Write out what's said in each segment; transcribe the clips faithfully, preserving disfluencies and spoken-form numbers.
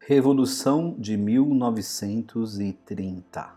Revolução de mil novecentos e trinta.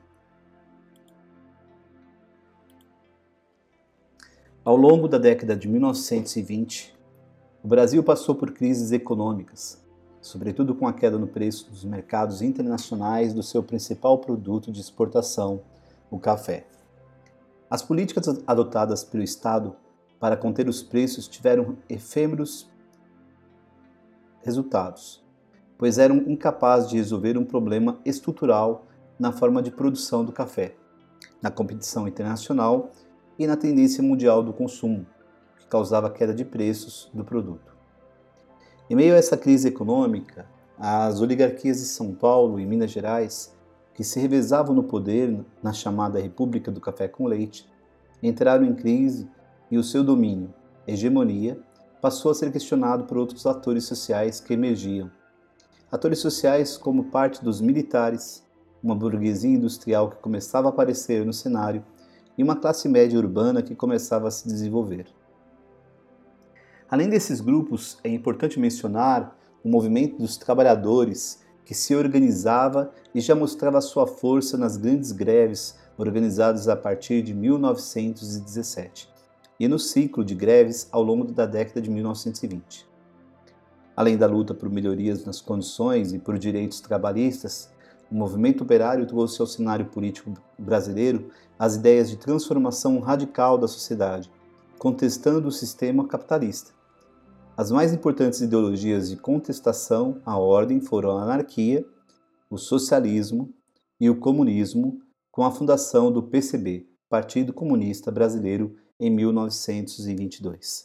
Ao longo da década de mil novecentos e vinte, o Brasil passou por crises econômicas, sobretudo com a queda no preço dos mercados internacionais do seu principal produto de exportação, o café. As políticas adotadas pelo Estado para conter os preços tiveram efêmeros resultados, pois eram incapazes de resolver um problema estrutural na forma de produção do café, na competição internacional e na tendência mundial do consumo, que causava queda de preços do produto. Em meio a essa crise econômica, as oligarquias de São Paulo e Minas Gerais, que se revezavam no poder na chamada República do Café com Leite, entraram em crise e o seu domínio, hegemonia, passou a ser questionado por outros atores sociais que emergiam. Atores sociais como parte dos militares, uma burguesia industrial que começava a aparecer no cenário e uma classe média urbana que começava a se desenvolver. Além desses grupos, é importante mencionar o movimento dos trabalhadores que se organizava e já mostrava sua força nas grandes greves organizadas a partir de mil novecentos e dezessete e no ciclo de greves ao longo da década de mil novecentos e vinte. Além da luta por melhorias nas condições e por direitos trabalhistas, o movimento operário trouxe ao cenário político brasileiro as ideias de transformação radical da sociedade, contestando o sistema capitalista. As mais importantes ideologias de contestação à ordem foram a anarquia, o socialismo e o comunismo, com a fundação do P C B, Partido Comunista Brasileiro, em mil novecentos e vinte e dois.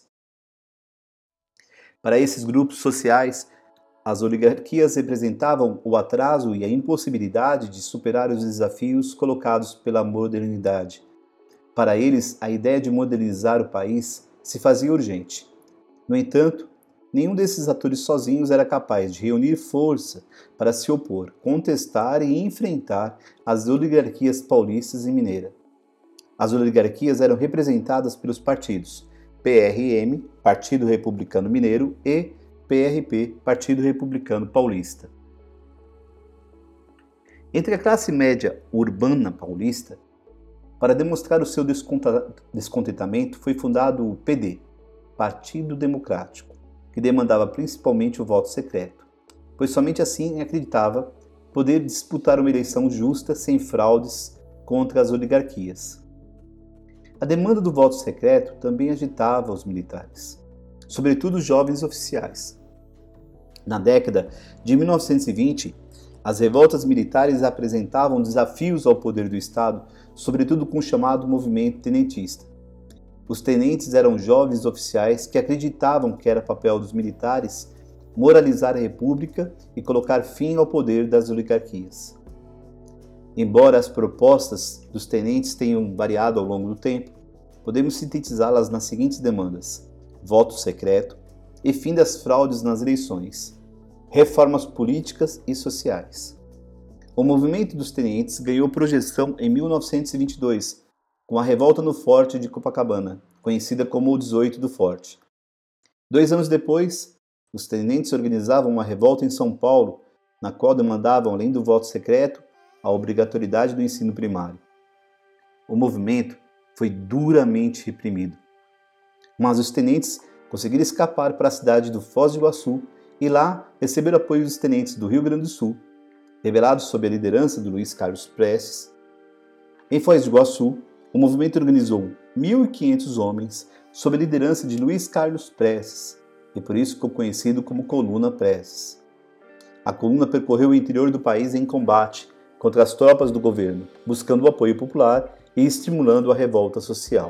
Para esses grupos sociais, as oligarquias representavam o atraso e a impossibilidade de superar os desafios colocados pela modernidade. Para eles, a ideia de modernizar o país se fazia urgente. No entanto, nenhum desses atores sozinhos era capaz de reunir força para se opor, contestar e enfrentar as oligarquias paulistas e mineira. As oligarquias eram representadas pelos partidos P R M, Partido Republicano Mineiro, e P R P, Partido Republicano Paulista. Entre a classe média urbana paulista, para demonstrar o seu descontentamento, foi fundado o P D, Partido Democrático, que demandava principalmente o voto secreto, pois somente assim acreditava poder disputar uma eleição justa sem fraudes contra as oligarquias. A demanda do voto secreto também agitava os militares, sobretudo os jovens oficiais. Na década de mil novecentos e vinte, as revoltas militares apresentavam desafios ao poder do Estado, sobretudo com o chamado movimento tenentista. Os tenentes eram jovens oficiais que acreditavam que era papel dos militares moralizar a República e colocar fim ao poder das oligarquias. Embora as propostas dos tenentes tenham variado ao longo do tempo, podemos sintetizá-las nas seguintes demandas: voto secreto e fim das fraudes nas eleições, reformas políticas e sociais. O movimento dos tenentes ganhou projeção em mil novecentos e vinte e dois, com a revolta no Forte de Copacabana, conhecida como o dezoito do Forte. Dois anos depois, os tenentes organizavam uma revolta em São Paulo, na qual demandavam, além do voto secreto, a obrigatoriedade do ensino primário. O movimento foi duramente reprimido, mas os tenentes conseguiram escapar para a cidade do Foz do Iguaçu e lá receberam apoio dos tenentes do Rio Grande do Sul, revelados sob a liderança de Luiz Carlos Prestes. Em Foz do Iguaçu, o movimento organizou mil e quinhentos homens sob a liderança de Luiz Carlos Prestes, e por isso ficou conhecido como Coluna Prestes. A coluna percorreu o interior do país em combate contra as tropas do governo, buscando o apoio popular e estimulando a revolta social.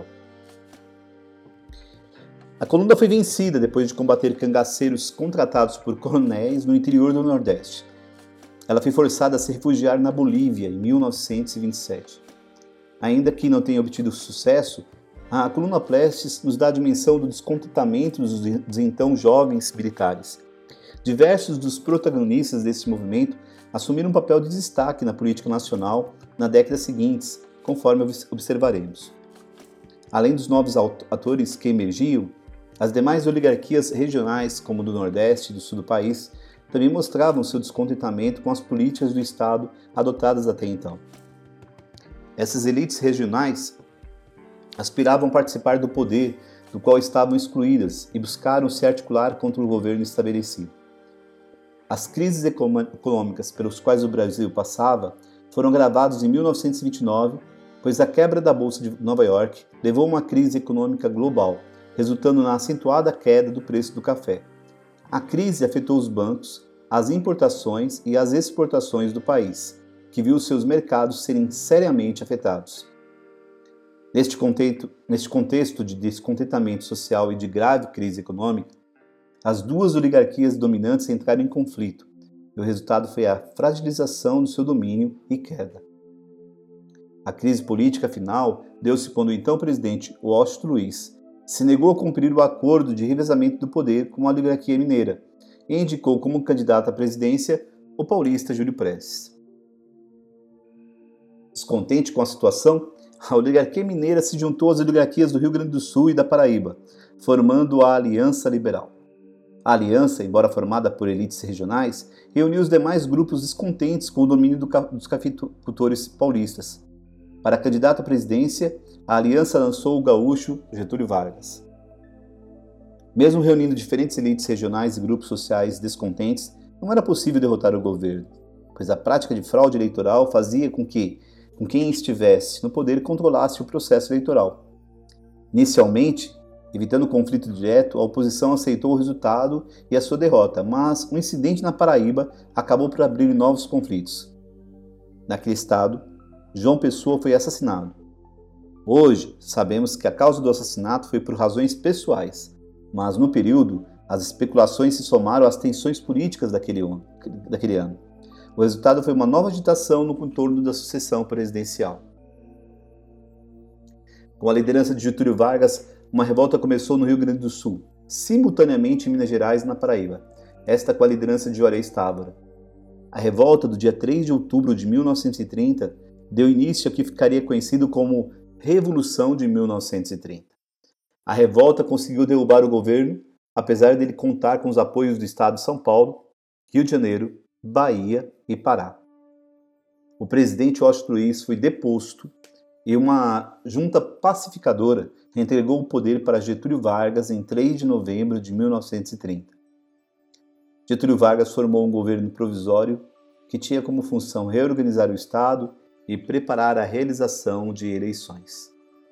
A coluna foi vencida depois de combater cangaceiros contratados por coronéis no interior do Nordeste. Ela foi forçada a se refugiar na Bolívia em mil novecentos e vinte e sete. Ainda que não tenha obtido sucesso, a coluna Prestes nos dá a dimensão do descontentamento dos, dos então jovens militares. Diversos dos protagonistas desse movimento assumiram um papel de destaque na política nacional nas décadas seguintes, conforme observaremos. Além dos novos atores que emergiam, as demais oligarquias regionais, como do Nordeste e do Sul do país, também mostravam seu descontentamento com as políticas do Estado adotadas até então. Essas elites regionais aspiravam a participar do poder do qual estavam excluídas e buscaram se articular contra o governo estabelecido. As crises econômicas pelos quais o Brasil passava foram agravadas em mil novecentos e vinte e nove, pois a quebra da Bolsa de Nova York levou a uma crise econômica global, resultando na acentuada queda do preço do café. A crise afetou os bancos, as importações e as exportações do país, que viu seus mercados serem seriamente afetados. Neste contexto, neste contexto de descontentamento social e de grave crise econômica, as duas oligarquias dominantes entraram em conflito, e o resultado foi a fragilização do seu domínio e queda. A crise política final deu-se quando o então presidente Washington Luiz se negou a cumprir o acordo de revezamento do poder com a oligarquia mineira e indicou como candidato à presidência o paulista Júlio Prestes. Descontente com a situação, a oligarquia mineira se juntou às oligarquias do Rio Grande do Sul e da Paraíba, formando a Aliança Liberal. A aliança, embora formada por elites regionais, reuniu os demais grupos descontentes com o domínio dos cafeicultores paulistas. Para candidato à presidência, a aliança lançou o gaúcho Getúlio Vargas. Mesmo reunindo diferentes elites regionais e grupos sociais descontentes, não era possível derrotar o governo, pois a prática de fraude eleitoral fazia com que com quem estivesse no poder controlasse o processo eleitoral. Inicialmente, evitando conflito direto, a oposição aceitou o resultado e a sua derrota, mas um incidente na Paraíba acabou por abrir novos conflitos. Naquele estado, João Pessoa foi assassinado. Hoje, sabemos que a causa do assassinato foi por razões pessoais, mas no período, as especulações se somaram às tensões políticas daquele ano. O resultado foi uma nova agitação no contorno da sucessão presidencial. Com a liderança de Getúlio Vargas, uma revolta começou no Rio Grande do Sul, simultaneamente em Minas Gerais e na Paraíba, esta com a liderança de Juarez Távora. A revolta do dia três de outubro de mil novecentos e trinta deu início ao que ficaria conhecido como Revolução de mil novecentos e trinta. A revolta conseguiu derrubar o governo, apesar dele contar com os apoios do Estado de São Paulo, Rio de Janeiro, Bahia e Pará. O presidente Washington Luiz foi deposto e uma junta pacificadora entregou o poder para Getúlio Vargas em três de novembro de mil novecentos e trinta. Getúlio Vargas formou um governo provisório que tinha como função reorganizar o Estado e preparar a realização de eleições.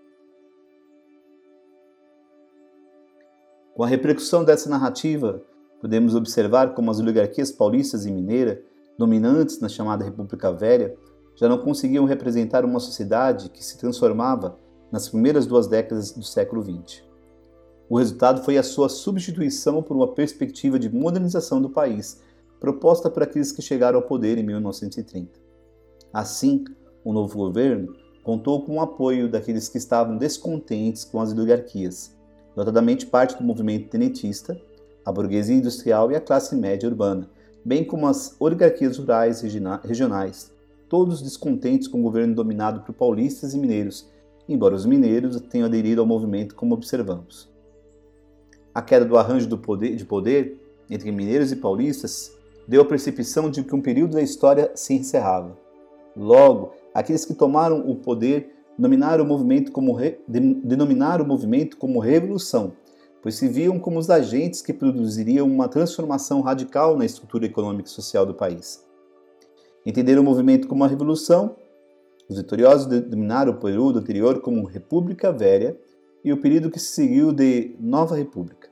Com a repercussão dessa narrativa, podemos observar como as oligarquias paulistas e mineira, dominantes na chamada República Velha, já não conseguiam representar uma sociedade que se transformava nas primeiras duas décadas do século vinte. O resultado foi a sua substituição por uma perspectiva de modernização do país, proposta por aqueles que chegaram ao poder em mil novecentos e trinta. Assim, o novo governo contou com o apoio daqueles que estavam descontentes com as oligarquias, notadamente parte do movimento tenentista, a burguesia industrial e a classe média urbana, bem como as oligarquias rurais regionais, todos descontentes com o governo dominado por paulistas e mineiros, embora os mineiros tenham aderido ao movimento como observamos. A queda do arranjo do poder, de poder entre mineiros e paulistas deu a percepção de que um período da história se encerrava. Logo, aqueles que tomaram o poder denominaram o movimento como, re... denominaram o movimento como revolução, pois se viam como os agentes que produziriam uma transformação radical na estrutura econômica e social do país. Entenderam o movimento como uma revolução, os vitoriosos denominaram o período anterior como República Velha e o período que se seguiu de Nova República.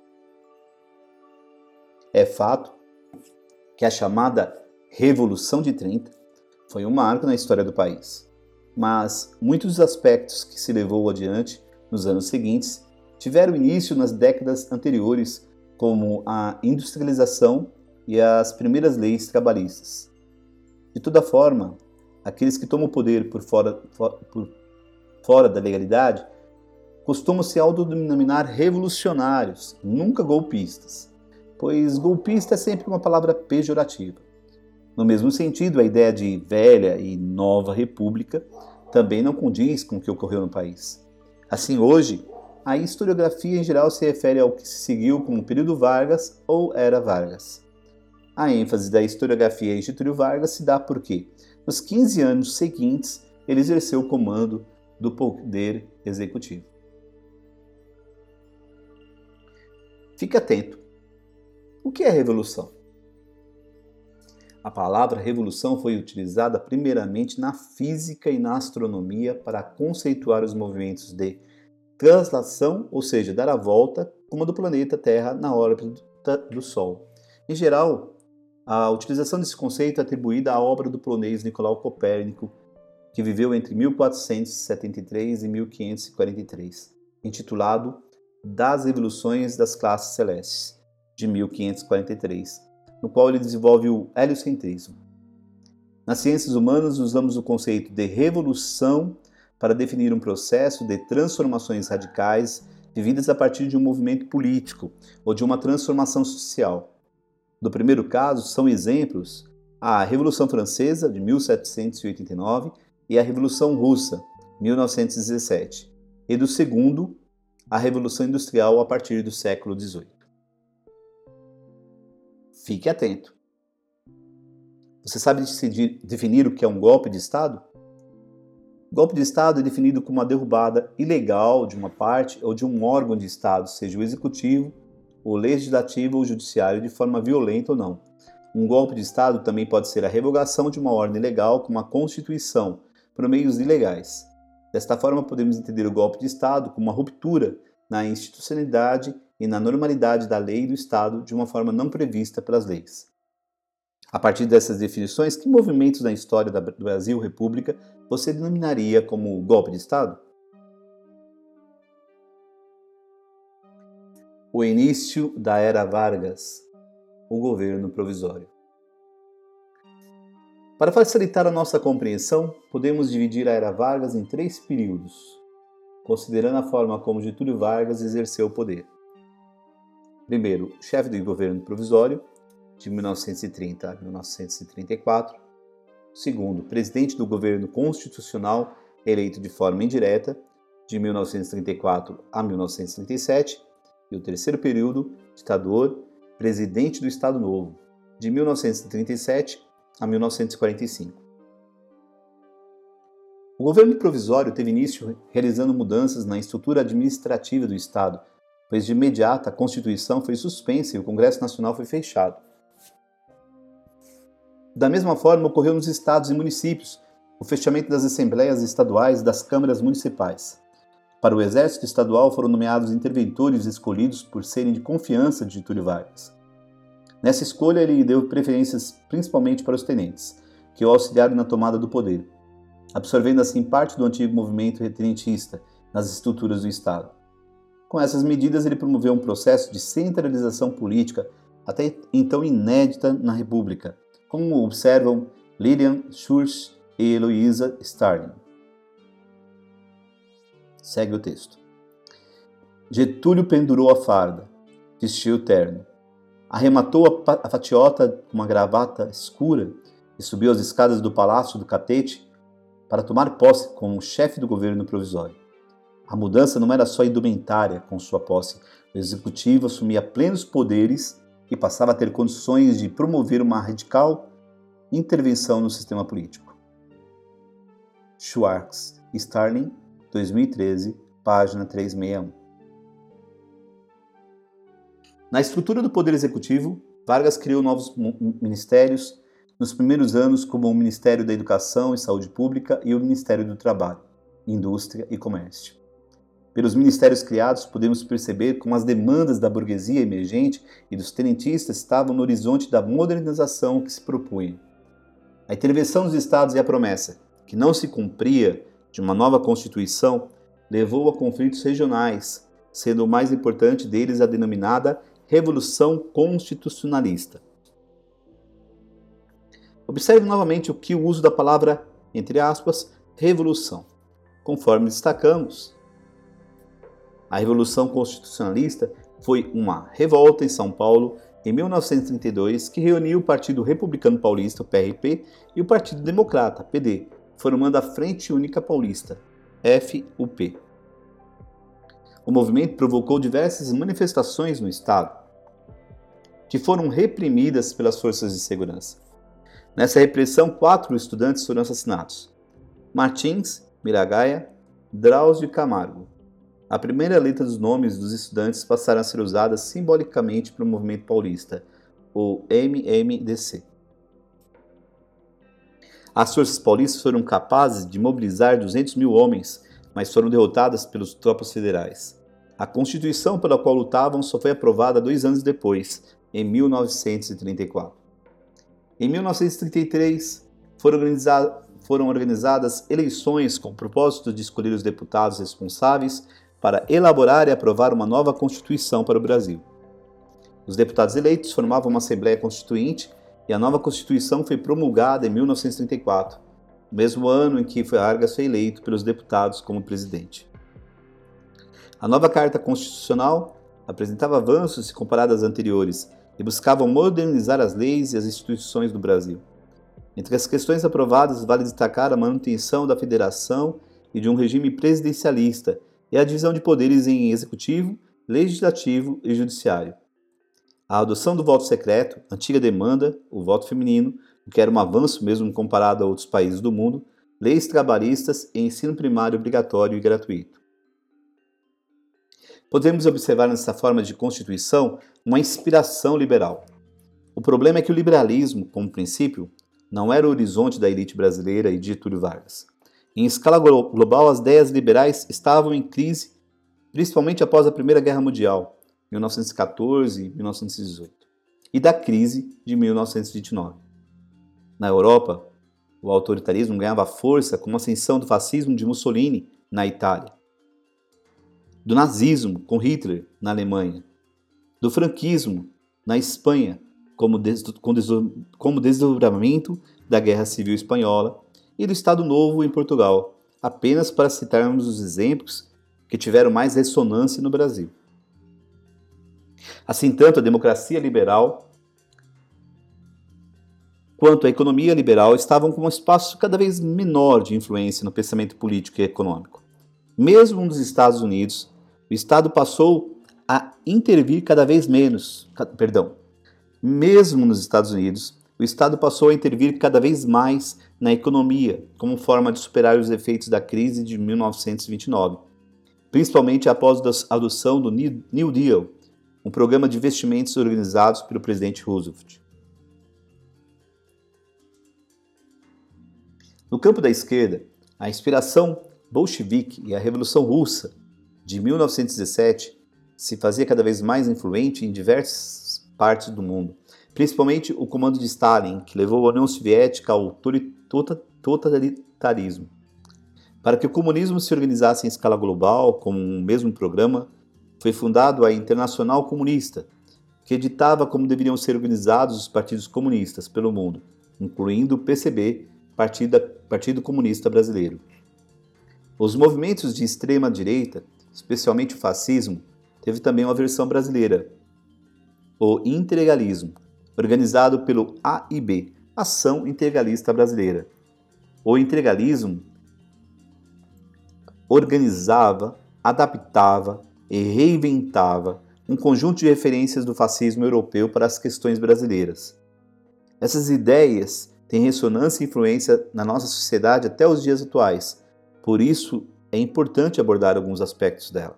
É fato que a chamada Revolução de trinta foi um marco na história do país, mas muitos dos aspectos que se levou adiante nos anos seguintes tiveram início nas décadas anteriores, como a industrialização e as primeiras leis trabalhistas. De toda forma, aqueles que tomam o poder por fora, for, por fora da legalidade costumam se autodenominar revolucionários, nunca golpistas, pois golpista é sempre uma palavra pejorativa. No mesmo sentido, a ideia de velha e nova república também não condiz com o que ocorreu no país. Assim, hoje, a historiografia em geral se refere ao que se seguiu como período Vargas ou era Vargas. A ênfase da historiografia em Getúlio Vargas se dá porque, nos quinze anos seguintes, ele exerceu o comando do poder executivo. Fique atento. O que é revolução? A palavra revolução foi utilizada primeiramente na física e na astronomia para conceituar os movimentos de translação, ou seja, dar a volta, como a do planeta Terra na órbita do Sol. Em geral, a utilização desse conceito é atribuída à obra do polonês Nicolau Copérnico, que viveu entre mil quatrocentos e setenta e três e mil quinhentos e quarenta e três, intitulado Das Revoluções das Classes Celestes, de mil quinhentos e quarenta e três, no qual ele desenvolve o heliocentrismo. Nas ciências humanas, usamos o conceito de revolução para definir um processo de transformações radicais vividas a partir de um movimento político ou de uma transformação social. Do primeiro caso, são exemplos a Revolução Francesa, de mil setecentos e oitenta e nove, e a Revolução Russa, mil novecentos e dezessete, e do segundo, a Revolução Industrial a partir do século dezoito. Fique atento. Você sabe definir o que é um golpe de Estado? Golpe de Estado é definido como uma derrubada ilegal de uma parte ou de um órgão de Estado, seja o executivo, o legislativo ou o judiciário, de forma violenta ou não. Um golpe de Estado também pode ser a revogação de uma ordem legal, como a Constituição, por meios ilegais. Desta forma, podemos entender o golpe de Estado como uma ruptura na institucionalidade e na normalidade da lei e do Estado de uma forma não prevista pelas leis. A partir dessas definições, que movimentos na história do Brasil República você denominaria como golpe de Estado? O início da Era Vargas, o governo provisório. Para facilitar a nossa compreensão, podemos dividir a Era Vargas em três períodos, considerando a forma como Getúlio Vargas exerceu o poder. Primeiro, chefe do governo provisório, de mil novecentos e trinta a mil novecentos e trinta e quatro. Segundo, presidente do governo constitucional, eleito de forma indireta, de mil novecentos e trinta e quatro a mil novecentos e trinta e sete. E o terceiro período, ditador, presidente do Estado Novo, de mil novecentos e trinta e sete a mil novecentos e quarenta e cinco. O governo provisório teve início realizando mudanças na estrutura administrativa do Estado, pois de imediato a Constituição foi suspensa e o Congresso Nacional foi fechado. Da mesma forma, ocorreu nos estados e municípios o fechamento das assembleias estaduais e das câmaras municipais. Para o Exército Estadual foram nomeados interventores escolhidos por serem de confiança de Getúlio Vargas. Nessa escolha, ele deu preferências principalmente para os tenentes, que o auxiliaram na tomada do poder, absorvendo assim parte do antigo movimento retenentista nas estruturas do Estado. Com essas medidas, ele promoveu um processo de centralização política até então inédita na República, como observam Lilian Schurz e Heloísa Starling. Segue o texto. Getúlio pendurou a farda, vestiu o terno, arrematou a fatiota com uma gravata escura e subiu as escadas do Palácio do Catete para tomar posse como chefe do governo provisório. A mudança não era só indumentária com sua posse, o executivo assumia plenos poderes e passava a ter condições de promover uma radical intervenção no sistema político. Schwartz, Starling, dois mil e treze, página trezentos e sessenta e um. Na estrutura do Poder Executivo, Vargas criou novos ministérios nos primeiros anos, como o Ministério da Educação e Saúde Pública e o Ministério do Trabalho, Indústria e Comércio. Pelos ministérios criados, podemos perceber como as demandas da burguesia emergente e dos tenentistas estavam no horizonte da modernização que se propunha. A intervenção dos estados e a promessa, que não se cumpria, de uma nova Constituição, levou a conflitos regionais, sendo o mais importante deles a denominada Revolução Constitucionalista. Observe novamente o que o uso da palavra, entre aspas, revolução. Conforme destacamos, a Revolução Constitucionalista foi uma revolta em São Paulo em mil novecentos e trinta e dois que reuniu o Partido Republicano Paulista, o P R P, e o Partido Democrata, P D, formando a Frente Única Paulista, F U P. O movimento provocou diversas manifestações no Estado. que foram reprimidas pelas forças de segurança. Nessa repressão, quatro estudantes foram assassinados: Martins, Miragaia, Drauzio e Camargo. A primeira letra dos nomes dos estudantes passaram a ser usadas simbolicamente pelo movimento paulista, o M M D C. As forças paulistas foram capazes de mobilizar duzentos mil homens, mas foram derrotadas pelas tropas federais. A Constituição pela qual lutavam só foi aprovada dois anos depois, em mil novecentos e trinta e quatro. Em mil novecentos e trinta e três, foram, organiza- foram organizadas eleições com o propósito de escolher os deputados responsáveis para elaborar e aprovar uma nova Constituição para o Brasil. Os deputados eleitos formavam uma Assembleia Constituinte e a nova Constituição foi promulgada em mil novecentos e trinta e quatro, no mesmo ano em que Vargas foi eleito pelos deputados como presidente. A nova Carta Constitucional apresentava avanços se comparada às anteriores e buscava modernizar as leis e as instituições do Brasil. Entre as questões aprovadas, vale destacar a manutenção da federação e de um regime presidencialista e a divisão de poderes em executivo, legislativo e judiciário. A adoção do voto secreto, antiga demanda, o voto feminino, o que era um avanço mesmo comparado a outros países do mundo, leis trabalhistas e ensino primário obrigatório e gratuito. Podemos observar nessa forma de constituição uma inspiração liberal. O problema é que o liberalismo, como princípio, não era o horizonte da elite brasileira e de Getúlio Vargas. Em escala global, as ideias liberais estavam em crise, principalmente após a Primeira Guerra Mundial, mil novecentos e quatorze e mil novecentos e dezoito, e da crise de mil novecentos e vinte e nove. Na Europa, o autoritarismo ganhava força com a ascensão do fascismo de Mussolini na Itália, do nazismo com Hitler na Alemanha, do franquismo na Espanha, como, des como desdobramento da Guerra Civil Espanhola, e do Estado Novo em Portugal, apenas para citarmos os exemplos que tiveram mais ressonância no Brasil. Assim, tanto a democracia liberal quanto a economia liberal estavam com um espaço cada vez menor de influência no pensamento político e econômico. Mesmo nos Estados Unidos, o Estado passou a intervir cada vez menos, perdão, mesmo nos Estados Unidos, o Estado passou a intervir cada vez mais na economia, como forma de superar os efeitos da crise de mil novecentos e vinte e nove, principalmente após a adoção do New Deal, um programa de investimentos organizados pelo presidente Roosevelt. No campo da esquerda, a inspiração bolchevique e a Revolução Russa de mil novecentos e dezessete se fazia cada vez mais influente em diversas partes do mundo, principalmente o comando de Stalin, que levou a União Soviética ao totalitarismo. Para que o comunismo se organizasse em escala global, com um mesmo programa, foi fundado a Internacional Comunista, que editava como deveriam ser organizados os partidos comunistas pelo mundo, incluindo o P C B, Partido, Partido Comunista Brasileiro. Os movimentos de extrema-direita, especialmente o fascismo, teve também uma versão brasileira, o integralismo, organizado pelo A I B, Ação Integralista Brasileira. O integralismo organizava, adaptava e reinventava um conjunto de referências do fascismo europeu para as questões brasileiras. Essas ideias têm ressonância e influência na nossa sociedade até os dias atuais, por isso é importante abordar alguns aspectos dela.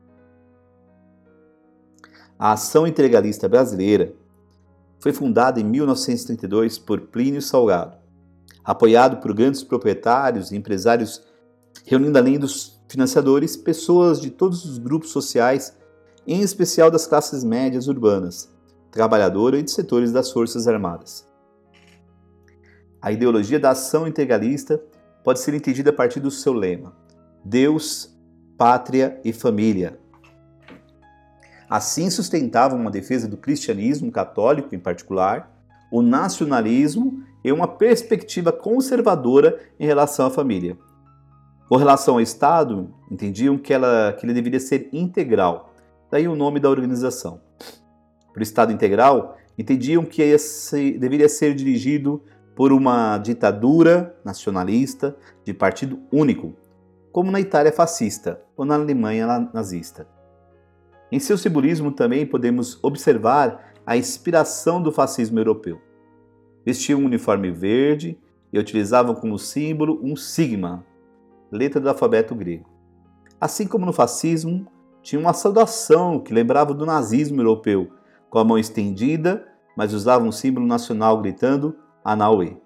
A Ação Integralista Brasileira foi fundada em mil novecentos e trinta e dois por Plínio Salgado, apoiado por grandes proprietários e empresários, reunindo além dos financiadores pessoas de todos os grupos sociais, em especial das classes médias urbanas, trabalhadoras e de setores das Forças Armadas. A ideologia da ação integralista pode ser entendida a partir do seu lema: Deus, Pátria e Família. Assim sustentavam uma defesa do cristianismo católico em particular, o nacionalismo e uma perspectiva conservadora em relação à família. Com relação ao Estado, entendiam que, ela, que ele deveria ser integral, daí o nome da organização. Por Estado integral, entendiam que esse deveria ser dirigido por uma ditadura nacionalista de partido único, como na Itália fascista ou na Alemanha nazista. Em seu simbolismo também podemos observar a inspiração do fascismo europeu. Vestiam um uniforme verde e utilizavam como símbolo um sigma, letra do alfabeto grego. Assim como no fascismo, tinha uma saudação que lembrava do nazismo europeu, com a mão estendida, mas usava um símbolo nacional gritando Anaue.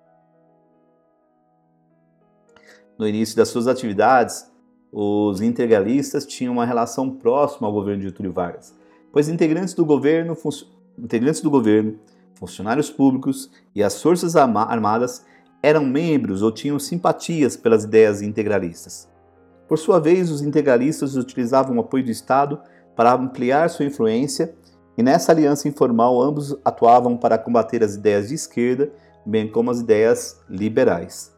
No início das suas atividades, os integralistas tinham uma relação próxima ao governo de Getúlio Vargas, pois integrantes do governo, fun... integrantes do governo, funcionários públicos e as forças armadas eram membros ou tinham simpatias pelas ideias integralistas. Por sua vez, os integralistas utilizavam o apoio do Estado para ampliar sua influência e nessa aliança informal ambos atuavam para combater as ideias de esquerda, bem como as ideias liberais.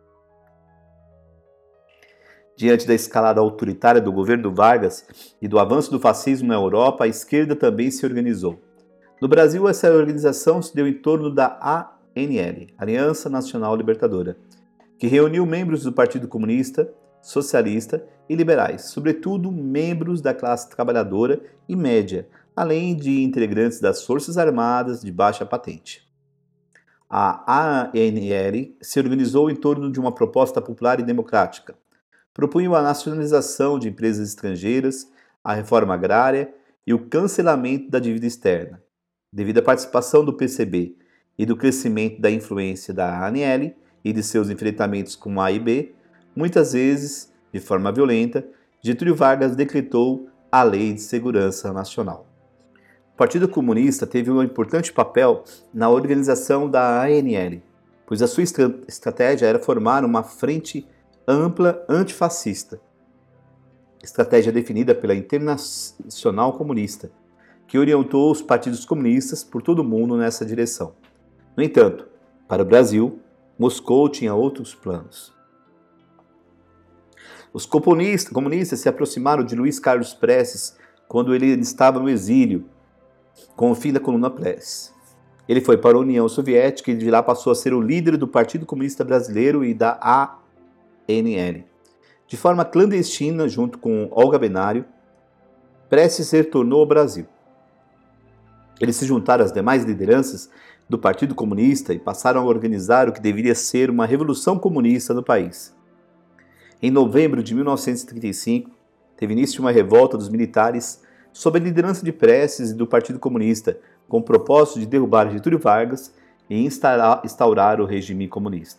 Diante da escalada autoritária do governo Vargas e do avanço do fascismo na Europa, a esquerda também se organizou. No Brasil, essa organização se deu em torno da A N L, Aliança Nacional Libertadora, que reuniu membros do Partido Comunista, Socialista e liberais, sobretudo membros da classe trabalhadora e média, além de integrantes das Forças Armadas de baixa patente. A A N L se organizou em torno de uma proposta popular e democrática. Propunha a nacionalização de empresas estrangeiras, a reforma agrária e o cancelamento da dívida externa. Devido à participação do P C B e do crescimento da influência da A N L e de seus enfrentamentos com A e B, muitas vezes, de forma violenta, Getúlio Vargas decretou a Lei de Segurança Nacional. O Partido Comunista teve um importante papel na organização da A N L, pois a sua estratégia era formar uma frente ampla antifascista, estratégia definida pela Internacional Comunista, que orientou os partidos comunistas por todo o mundo nessa direção. No entanto, para o Brasil, Moscou tinha outros planos. Os comunistas, comunistas se aproximaram de Luiz Carlos Prestes quando ele estava no exílio, com o fim da coluna Prestes. Ele foi para a União Soviética e de lá passou a ser o líder do Partido Comunista Brasileiro e da A N L. De forma clandestina, junto com Olga Benário, Prestes retornou ao Brasil. Eles se juntaram às demais lideranças do Partido Comunista e passaram a organizar o que deveria ser uma revolução comunista no país. Em novembro de mil novecentos e trinta e cinco, teve início uma revolta dos militares sob a liderança de Prestes e do Partido Comunista, com o propósito de derrubar Getúlio Vargas e instaurar o regime comunista.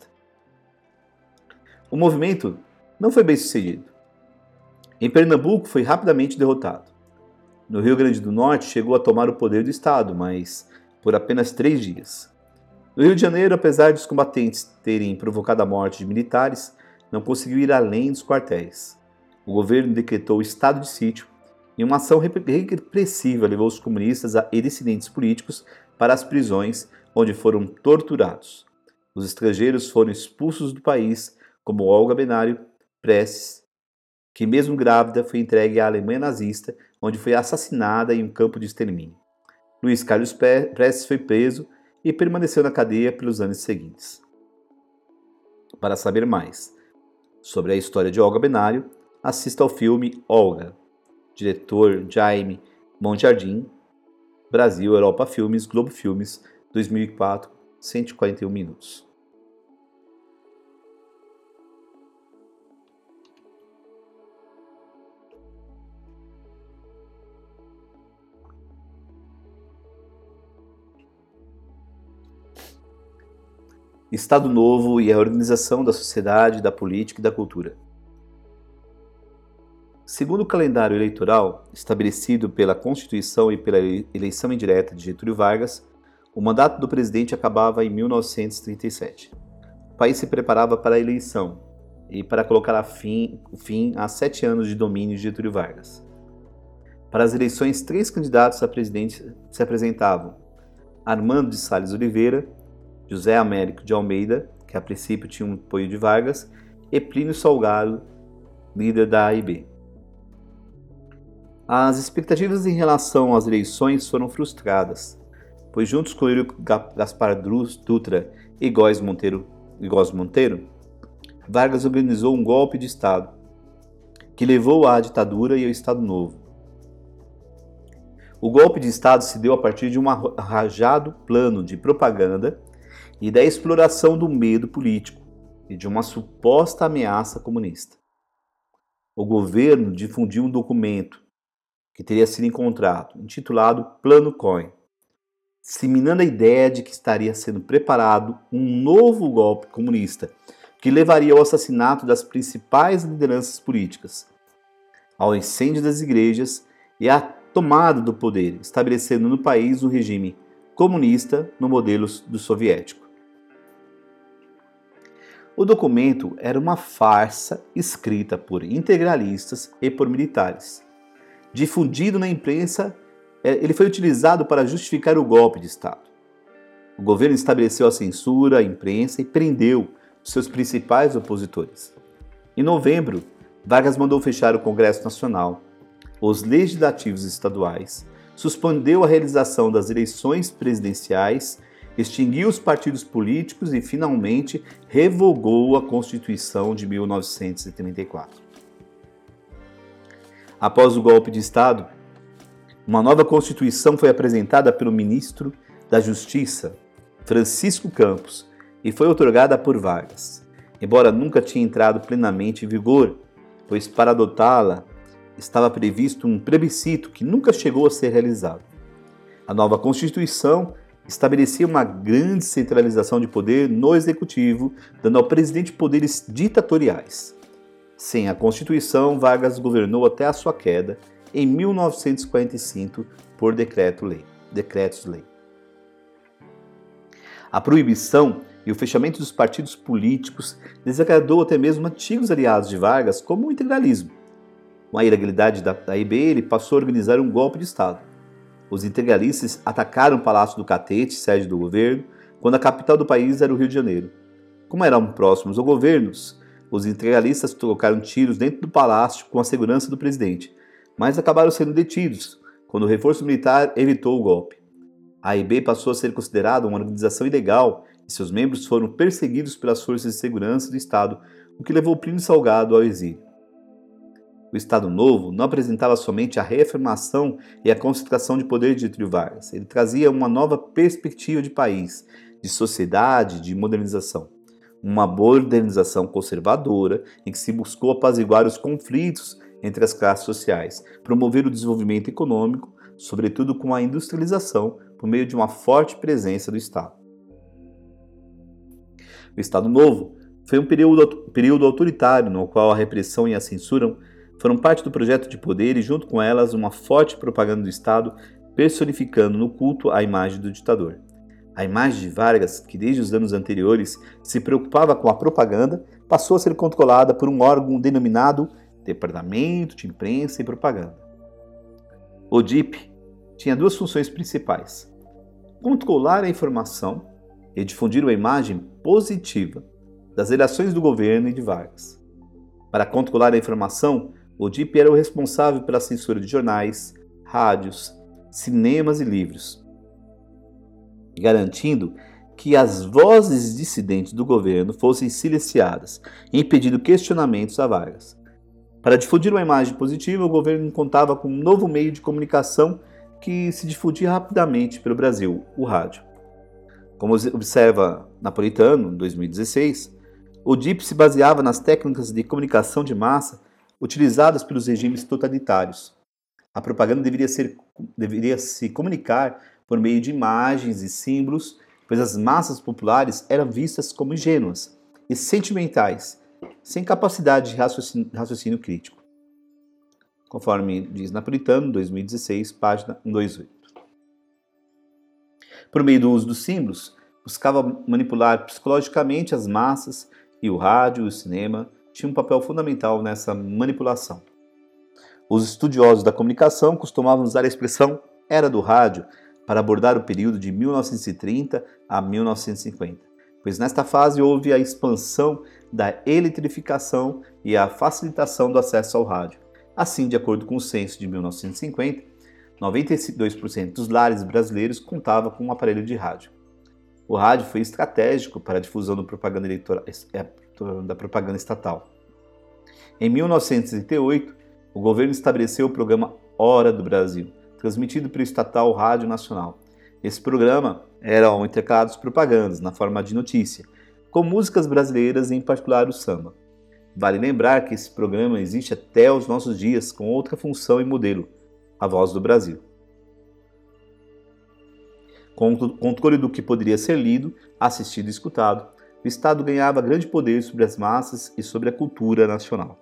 O movimento não foi bem sucedido. Em Pernambuco foi rapidamente derrotado. No Rio Grande do Norte chegou a tomar o poder do Estado, mas por apenas três dias. No Rio de Janeiro, apesar de os combatentes terem provocado a morte de militares, não conseguiu ir além dos quartéis. O governo decretou estado de sítio e uma ação repressiva levou os comunistas e dissidentes políticos para as prisões, onde foram torturados. Os estrangeiros foram expulsos do país, como Olga Benário Prestes, que mesmo grávida foi entregue à Alemanha nazista, onde foi assassinada em um campo de extermínio. Luiz Carlos Prestes foi preso e permaneceu na cadeia pelos anos seguintes. Para saber mais sobre a história de Olga Benário, assista ao filme Olga, diretor Jaime Monjardim, Brasil, Europa Filmes, Globo Filmes, dois mil e quatro, cento e quarenta e um minutos. Estado Novo e a organização da sociedade, da política e da cultura. Segundo o calendário eleitoral estabelecido pela Constituição e pela eleição indireta de Getúlio Vargas, o mandato do presidente acabava em mil novecentos e trinta e sete. O país se preparava para a eleição e para colocar a fim, fim a sete anos de domínio de Getúlio Vargas. Para as eleições, três candidatos a presidente se apresentavam: Armando de Salles Oliveira, José Américo de Almeida, que a princípio tinha um apoio de Vargas, e Plínio Salgado, líder da A I B. As expectativas em relação às eleições foram frustradas, pois juntos com Eurico Gaspar Dutra e Góes Monteiro, Góes Monteiro, Vargas organizou um golpe de Estado, que levou à ditadura e ao Estado Novo. O golpe de Estado se deu a partir de um arrojado plano de propaganda e da exploração do medo político e de uma suposta ameaça comunista. O governo difundiu um documento que teria sido encontrado, intitulado Plano Cohen, disseminando a ideia de que estaria sendo preparado um novo golpe comunista que levaria ao assassinato das principais lideranças políticas, ao incêndio das igrejas e à tomada do poder, estabelecendo no país um regime comunista no modelo do soviético. O documento era uma farsa escrita por integralistas e por militares. Difundido na imprensa, ele foi utilizado para justificar o golpe de Estado. O governo estabeleceu a censura à imprensa e prendeu seus principais opositores. Em novembro, Vargas mandou fechar o Congresso Nacional, os legislativos estaduais, suspendeu a realização das eleições presidenciais, extinguiu os partidos políticos e, finalmente, revogou a Constituição de mil novecentos e trinta e quatro. Após o golpe de Estado, uma nova Constituição foi apresentada pelo ministro da Justiça, Francisco Campos, e foi outorgada por Vargas, embora nunca tinha entrado plenamente em vigor, pois para adotá-la estava previsto um plebiscito que nunca chegou a ser realizado. A nova Constituição estabelecia uma grande centralização de poder no Executivo, dando ao presidente poderes ditatoriais. Sem a Constituição, Vargas governou até a sua queda em mil novecentos e quarenta e cinco por decreto-lei, decretos-lei. A proibição e o fechamento dos partidos políticos desagradou até mesmo antigos aliados de Vargas, como o integralismo. Com a ilegalidade da A I B, ele passou a organizar um golpe de Estado. Os integralistas atacaram o Palácio do Catete, sede do governo, quando a capital do país era o Rio de Janeiro. Como eram próximos ao governo, os integralistas trocaram tiros dentro do palácio com a segurança do presidente, mas acabaram sendo detidos quando o reforço militar evitou o golpe. A A I B passou a ser considerada uma organização ilegal e seus membros foram perseguidos pelas forças de segurança do Estado, o que levou Plínio Salgado ao exílio. O Estado Novo não apresentava somente a reafirmação e a concentração de poder de Getúlio Vargas, ele trazia uma nova perspectiva de país, de sociedade, de modernização. Uma modernização conservadora em que se buscou apaziguar os conflitos entre as classes sociais, promover o desenvolvimento econômico, sobretudo com a industrialização, por meio de uma forte presença do Estado. O Estado Novo foi um período, período autoritário no qual a repressão e a censura foram parte do projeto de poder e, junto com elas, uma forte propaganda do Estado personificando no culto a imagem do ditador. A imagem de Vargas, que desde os anos anteriores se preocupava com a propaganda, passou a ser controlada por um órgão denominado Departamento de Imprensa e Propaganda. O D I P tinha duas funções principais: controlar a informação e difundir uma imagem positiva das relações do governo e de Vargas. Para controlar a informação, o D I P era o responsável pela censura de jornais, rádios, cinemas e livros, garantindo que as vozes dissidentes do governo fossem silenciadas, impedindo questionamentos a Vargas. Para difundir uma imagem positiva, o governo contava com um novo meio de comunicação que se difundia rapidamente pelo Brasil, o rádio. Como observa Napolitano, em dois mil e dezesseis, o D I P se baseava nas técnicas de comunicação de massa utilizadas pelos regimes totalitários. A propaganda deveria, ser, deveria se comunicar por meio de imagens e símbolos, pois as massas populares eram vistas como ingênuas e sentimentais, sem capacidade de raciocínio, raciocínio crítico. Conforme diz Napolitano, dois mil e dezesseis, página cento e vinte e oito. Por meio do uso dos símbolos, buscava manipular psicologicamente as massas e o rádio e o cinema tinham um papel fundamental nessa manipulação. Os estudiosos da comunicação costumavam usar a expressão era do rádio para abordar o período de mil novecentos e trinta a mil novecentos e cinquenta, pois nesta fase houve a expansão da eletrificação e a facilitação do acesso ao rádio. Assim, de acordo com o censo de mil novecentos e cinquenta, noventa e dois por cento dos lares brasileiros contavam com um aparelho de rádio. O rádio foi estratégico para a difusão da propaganda, eleitoral, da propaganda estatal. Em mil novecentos e trinta e oito, o governo estabeleceu o programa Hora do Brasil, transmitido pelo estatal Rádio Nacional. Esse programa eram intercalados propagandas na forma de notícia, com músicas brasileiras, em particular o samba. Vale lembrar que esse programa existe até os nossos dias com outra função e modelo, a Voz do Brasil. Com o controle do que poderia ser lido, assistido e escutado, o Estado ganhava grande poder sobre as massas e sobre a cultura nacional.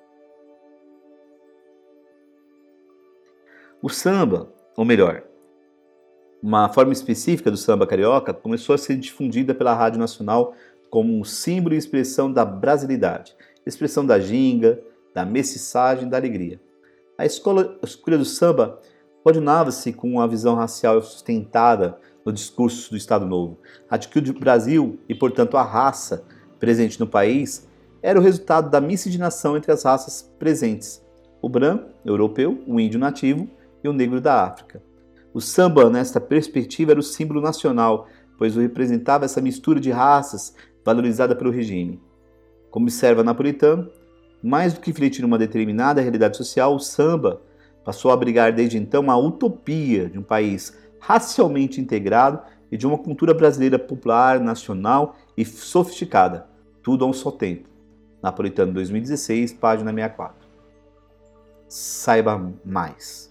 O samba, ou melhor, uma forma específica do samba carioca, começou a ser difundida pela Rádio Nacional como um símbolo e expressão da brasilidade, expressão da ginga, da mestiçagem, da alegria. A escola, a escolha do samba coordenava-se com uma visão racial sustentada no discurso do Estado Novo. A de que o Brasil, e portanto a raça presente no país, era o resultado da miscigenação entre as raças presentes, o branco, o europeu, o índio nativo e o negro da África. O samba, nesta perspectiva, era o símbolo nacional, pois o representava essa mistura de raças valorizada pelo regime. Como observa Napolitano, mais do que refletir uma determinada realidade social, o samba passou a abrigar desde então a utopia de um país racialmente integrado e de uma cultura brasileira popular, nacional e sofisticada, tudo a um só tempo. Napolitano dois mil e dezesseis, página sessenta e quatro. Saiba mais.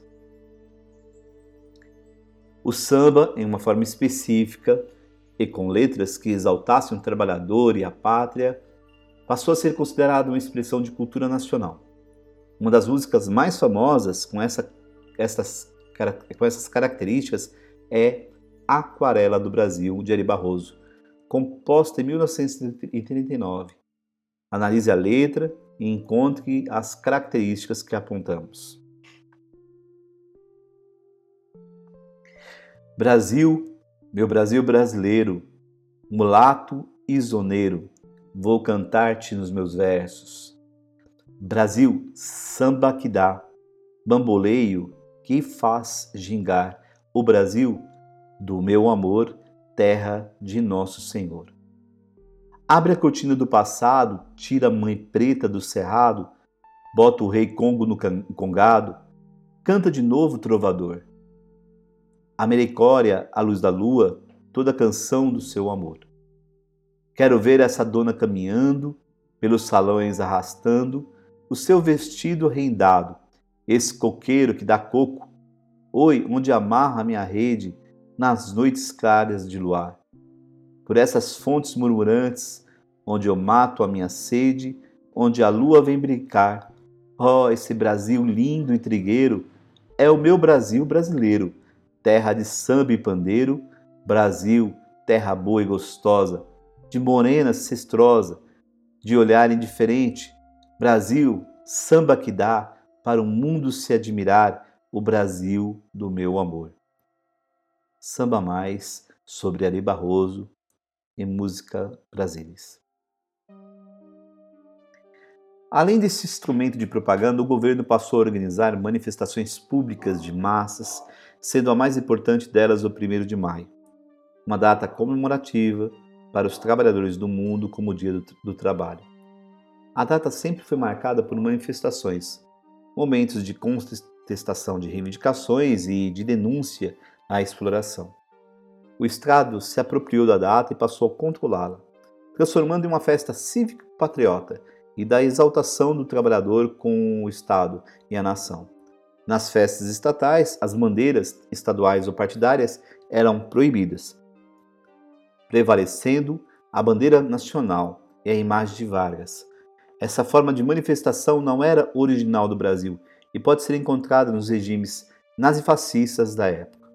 O samba, em uma forma específica e com letras que exaltassem o trabalhador e a pátria, passou a ser considerado uma expressão de cultura nacional. Uma das músicas mais famosas com, essa, essas, com essas características é Aquarela do Brasil, de Ari Barroso, composta em mil novecentos e trinta e nove. Analise a letra e encontre as características que apontamos. Brasil, meu Brasil brasileiro, mulato e zoneiro, vou cantar-te nos meus versos. Brasil, samba que dá, bamboleio que faz gingar, o Brasil do meu amor, terra de nosso Senhor. Abre a cortina do passado, tira a mãe preta do cerrado, bota o rei Congo no congado, canta de novo trovador. A Mericória, a luz da lua, toda a canção do seu amor. Quero ver essa dona caminhando, pelos salões arrastando, o seu vestido rendado, esse coqueiro que dá coco, oi, onde amarra a minha rede, nas noites claras de luar. Por essas fontes murmurantes, onde eu mato a minha sede, onde a lua vem brincar, oh, esse Brasil lindo e trigueiro, é o meu Brasil brasileiro, terra de samba e pandeiro, Brasil, terra boa e gostosa, de morena cestrosa, de olhar indiferente, Brasil, samba que dá para o mundo se admirar, o Brasil do meu amor. Samba mais sobre Ari Barroso e música brasileira. Além desse instrumento de propaganda, o governo passou a organizar manifestações públicas de massas, sendo a mais importante delas o primeiro de maio, uma data comemorativa para os trabalhadores do mundo como o Dia do, do Trabalho. A data sempre foi marcada por manifestações, momentos de contestação de reivindicações e de denúncia à exploração. O Estado se apropriou da data e passou a controlá-la, transformando em uma festa cívico-patriota e da exaltação do trabalhador com o Estado e a nação. Nas festas estatais, as bandeiras estaduais ou partidárias eram proibidas, prevalecendo a bandeira nacional e a imagem de Vargas. Essa forma de manifestação não era original do Brasil e pode ser encontrada nos regimes nazifascistas da época.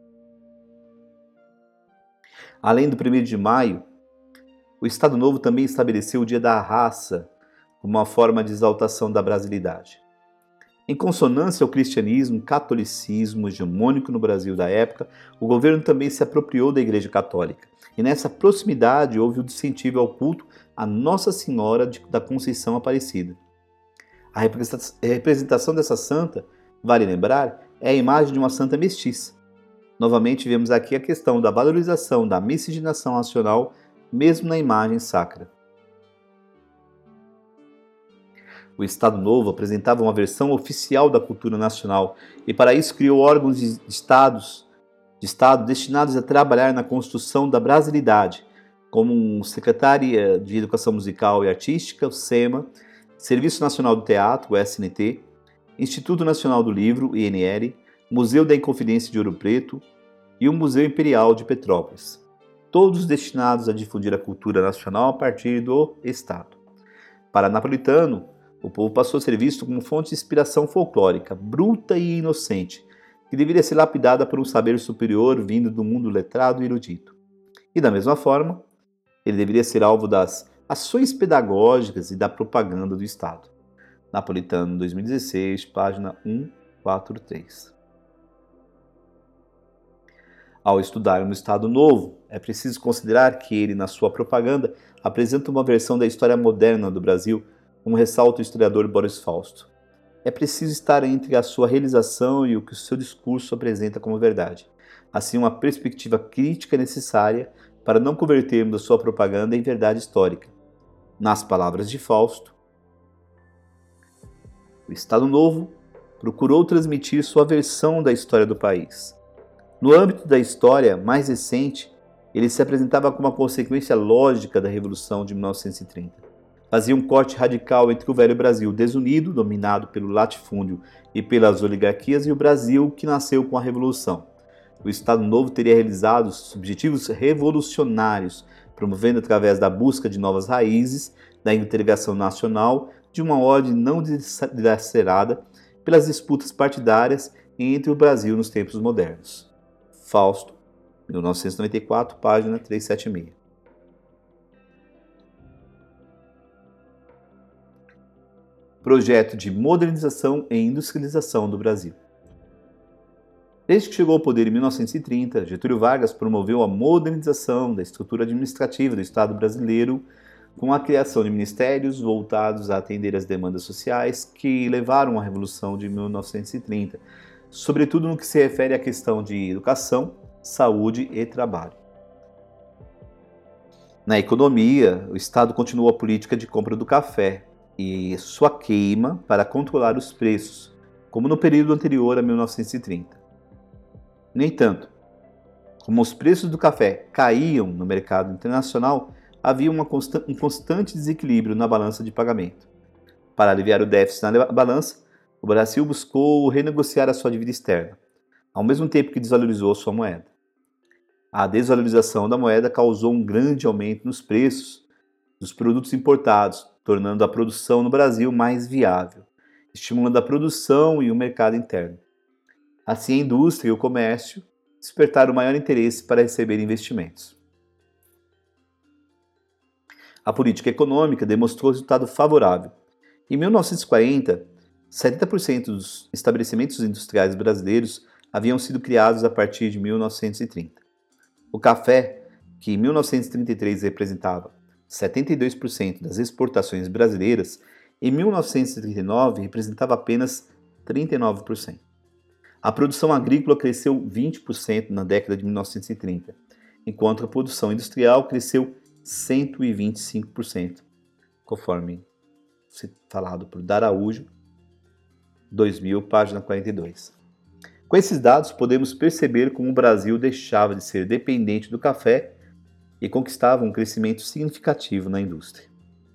Além do primeiro de maio, o Estado Novo também estabeleceu o Dia da Raça como uma forma de exaltação da brasilidade. Em consonância ao cristianismo, catolicismo hegemônico no Brasil da época, o governo também se apropriou da Igreja Católica. E nessa proximidade houve o incentivo ao culto a Nossa Senhora da Conceição Aparecida. A representação dessa santa, vale lembrar, é a imagem de uma santa mestiça. Novamente vemos aqui a questão da valorização da miscigenação nacional, mesmo na imagem sacra. O Estado Novo apresentava uma versão oficial da cultura nacional e para isso criou órgãos de estados, de Estado destinados a trabalhar na construção da brasilidade, como Secretaria de Educação Musical e Artística, o SEMA, Serviço Nacional do Teatro, o S N T, Instituto Nacional do Livro, I N L, Museu da Inconfidência de Ouro Preto e o Museu Imperial de Petrópolis, todos destinados a difundir a cultura nacional a partir do Estado. Para Napolitano, o povo passou a ser visto como fonte de inspiração folclórica, bruta e inocente, que deveria ser lapidada por um saber superior vindo do mundo letrado e erudito. E da mesma forma, ele deveria ser alvo das ações pedagógicas e da propaganda do Estado. Napolitano, dois mil e dezesseis, página cento e quarenta e três. Ao estudar um Estado Novo, é preciso considerar que ele, na sua propaganda, apresenta uma versão da história moderna do Brasil, como ressalta o historiador Boris Fausto. É preciso estar entre a sua realização e o que o seu discurso apresenta como verdade. Assim, uma perspectiva crítica é necessária para não convertermos a sua propaganda em verdade histórica. Nas palavras de Fausto, o Estado Novo procurou transmitir sua versão da história do país. No âmbito da história mais recente, ele se apresentava como uma consequência lógica da Revolução de mil novecentos e trinta. Fazia um corte radical entre o velho Brasil desunido, dominado pelo latifúndio e pelas oligarquias, e o Brasil que nasceu com a Revolução. O Estado Novo teria realizado os objetivos revolucionários, promovendo através da busca de novas raízes, da integração nacional, de uma ordem não dilacerada pelas disputas partidárias entre o Brasil nos tempos modernos. Fausto, mil novecentos e noventa e quatro, página trezentos e setenta e seis. Projeto de modernização e industrialização do Brasil. Desde que chegou ao poder em mil novecentos e trinta, Getúlio Vargas promoveu a modernização da estrutura administrativa do Estado brasileiro, com a criação de ministérios voltados a atender às demandas sociais que levaram à Revolução de mil novecentos e trinta, sobretudo no que se refere à questão de educação, saúde e trabalho. Na economia, o Estado continuou a política de compra do café e sua queima para controlar os preços, como no período anterior a mil novecentos e trinta. No entanto, como os preços do café caíam no mercado internacional, havia uma consta- um constante desequilíbrio na balança de pagamento. Para aliviar o déficit na balança, o Brasil buscou renegociar a sua dívida externa, ao mesmo tempo que desvalorizou sua moeda. A desvalorização da moeda causou um grande aumento nos preços dos produtos importados, tornando a produção no Brasil mais viável, estimulando a produção e o mercado interno. Assim, a indústria e o comércio despertaram maior interesse para receber investimentos. A política econômica demonstrou resultado favorável. Em mil novecentos e quarenta, setenta por cento dos estabelecimentos industriais brasileiros haviam sido criados a partir de mil novecentos e trinta. O café, que em mil novecentos e trinta e três representava setenta e dois por cento das exportações brasileiras, em mil novecentos e trinta e nove representava apenas trinta e nove por cento. A produção agrícola cresceu vinte por cento na década de mil novecentos e trinta, enquanto a produção industrial cresceu cento e vinte e cinco por cento, conforme falado por Daraújo, dois mil, página quarenta e dois. Com esses dados, podemos perceber como o Brasil deixava de ser dependente do café e conquistava um crescimento significativo na indústria.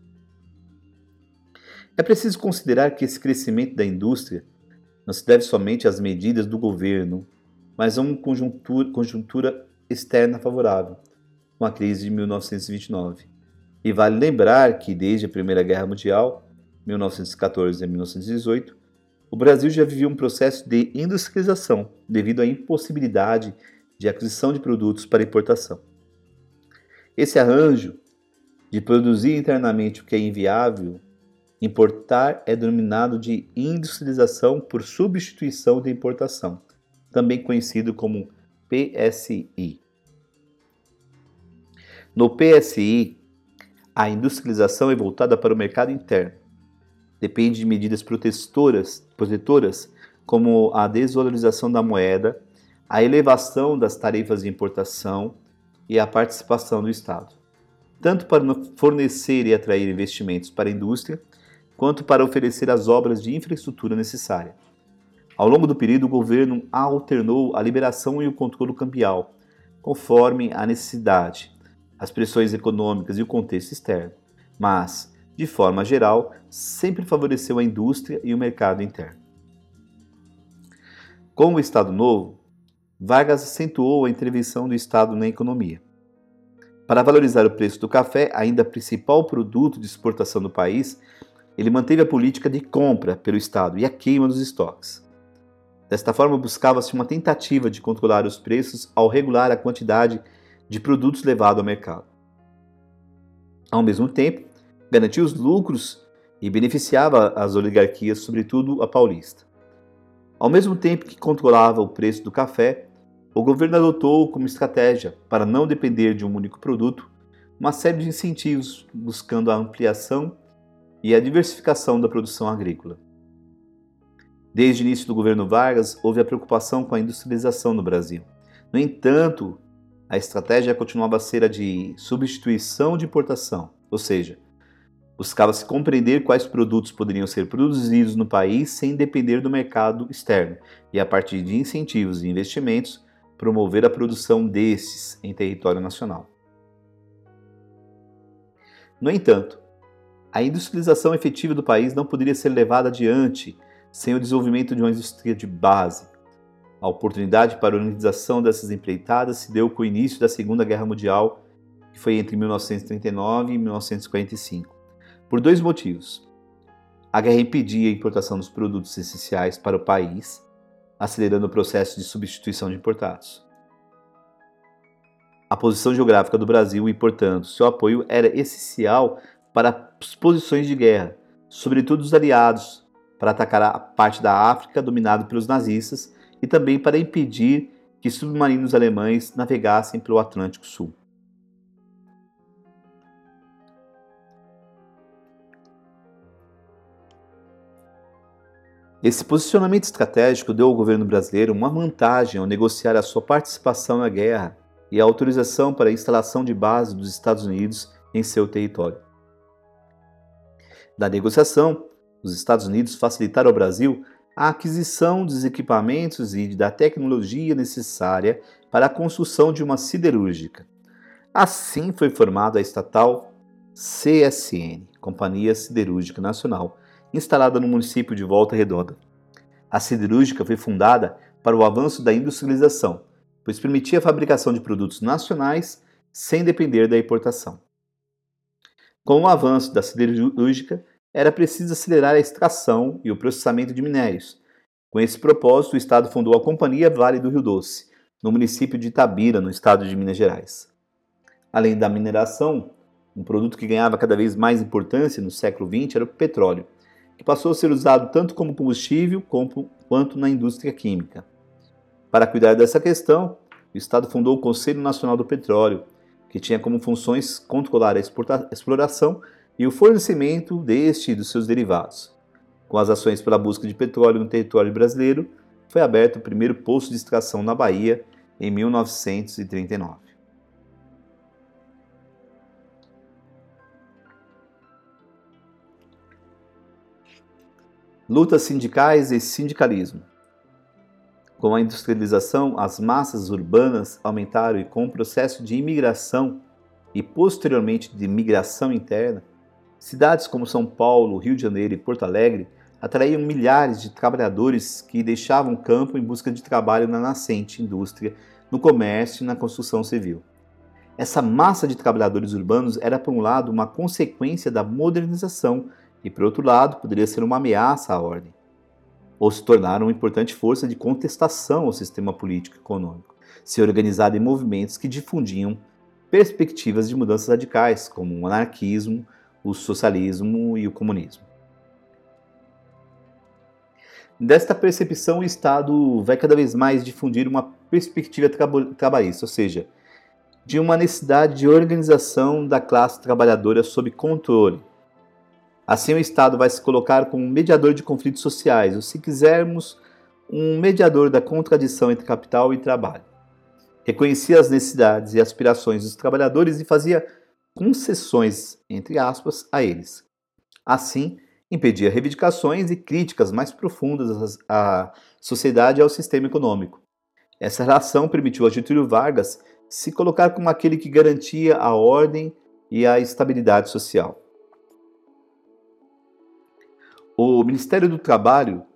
É preciso considerar que esse crescimento da indústria não se deve somente às medidas do governo, mas a uma conjuntura, conjuntura externa favorável, com a crise de mil novecentos e vinte e nove. E vale lembrar que desde a Primeira Guerra Mundial, mil novecentos e quatorze a mil novecentos e dezoito, o Brasil já vivia um processo de industrialização devido à impossibilidade de aquisição de produtos para importação. Esse arranjo de produzir internamente o que é inviável, importar é denominado de industrialização por substituição de importação, também conhecido como P S I. No P S I, a industrialização é voltada para o mercado interno. Depende de medidas protetoras, protetoras como a desvalorização da moeda, a elevação das tarifas de importação e a participação do Estado, tanto para fornecer e atrair investimentos para a indústria, quanto para oferecer as obras de infraestrutura necessária. Ao longo do período, o governo alternou a liberação e o controle cambial, conforme a necessidade, as pressões econômicas e o contexto externo, mas, de forma geral, sempre favoreceu a indústria e o mercado interno. Com o Estado Novo, Vargas acentuou a intervenção do Estado na economia. Para valorizar o preço do café, ainda principal produto de exportação do país, ele manteve a política de compra pelo Estado e a queima dos estoques. Desta forma, buscava-se uma tentativa de controlar os preços ao regular a quantidade de produtos levado ao mercado. Ao mesmo tempo, garantia os lucros e beneficiava as oligarquias, sobretudo a paulista. Ao mesmo tempo que controlava o preço do café, o governo adotou como estratégia, para não depender de um único produto, uma série de incentivos buscando a ampliação e a diversificação da produção agrícola. Desde o início do governo Vargas, houve a preocupação com a industrialização no Brasil. No entanto, a estratégia continuava a ser a de substituição de importação, ou seja, buscava-se compreender quais produtos poderiam ser produzidos no país sem depender do mercado externo e, a partir de incentivos e investimentos, promover a produção desses em território nacional. No entanto, a industrialização efetiva do país não poderia ser levada adiante sem o desenvolvimento de uma indústria de base. A oportunidade para a organização dessas empreitadas se deu com o início da Segunda Guerra Mundial, que foi entre mil novecentos e trinta e nove e mil novecentos e quarenta e cinco. Por dois motivos. A guerra impedia a importação dos produtos essenciais para o país, acelerando o processo de substituição de importados. A posição geográfica do Brasil e, portanto, seu apoio era essencial para as posições de guerra, sobretudo dos aliados, para atacar a parte da África dominada pelos nazistas e também para impedir que submarinos alemães navegassem pelo Atlântico Sul. Esse posicionamento estratégico deu ao governo brasileiro uma vantagem ao negociar a sua participação na guerra e a autorização para a instalação de base dos Estados Unidos em seu território. Na negociação, os Estados Unidos facilitaram ao Brasil a aquisição dos equipamentos e da tecnologia necessária para a construção de uma siderúrgica. Assim foi formada a estatal C S N, Companhia Siderúrgica Nacional, instalada no município de Volta Redonda. A siderúrgica foi fundada para o avanço da industrialização, pois permitia a fabricação de produtos nacionais sem depender da importação. Com o avanço da siderúrgica, era preciso acelerar a extração e o processamento de minérios. Com esse propósito, o Estado fundou a Companhia Vale do Rio Doce, no município de Itabira, no estado de Minas Gerais. Além da mineração, um produto que ganhava cada vez mais importância no século vinte era o petróleo, que passou a ser usado tanto como combustível quanto na indústria química. Para cuidar dessa questão, o Estado fundou o Conselho Nacional do Petróleo, que tinha como funções controlar a exploração e o fornecimento deste e dos seus derivados. Com as ações pela busca de petróleo no território brasileiro, foi aberto o primeiro poço de extração na Bahia em mil novecentos e trinta e nove. Lutas sindicais e sindicalismo. Com a industrialização, as massas urbanas aumentaram e com o processo de imigração e posteriormente de migração interna, cidades como São Paulo, Rio de Janeiro e Porto Alegre atraíam milhares de trabalhadores que deixavam o campo em busca de trabalho na nascente indústria, no comércio e na construção civil. Essa massa de trabalhadores urbanos era, por um lado, uma consequência da modernização e, por outro lado, poderia ser uma ameaça à ordem, ou se tornar uma importante força de contestação ao sistema político e econômico, se organizada em movimentos que difundiam perspectivas de mudanças radicais, como o anarquismo, o socialismo e o comunismo. Desta percepção, o Estado vai cada vez mais difundir uma perspectiva trabalhista, ou seja, de uma necessidade de organização da classe trabalhadora sob controle. Assim, o Estado vai se colocar como um mediador de conflitos sociais, ou, se quisermos, um mediador da contradição entre capital e trabalho. Reconhecia as necessidades e aspirações dos trabalhadores e fazia concessões, entre aspas, a eles. Assim, Impedia reivindicações e críticas mais profundas à sociedade e ao sistema econômico. Essa relação permitiu a Getúlio Vargas se colocar como aquele que garantia a ordem e a estabilidade social. O Ministério do Trabalho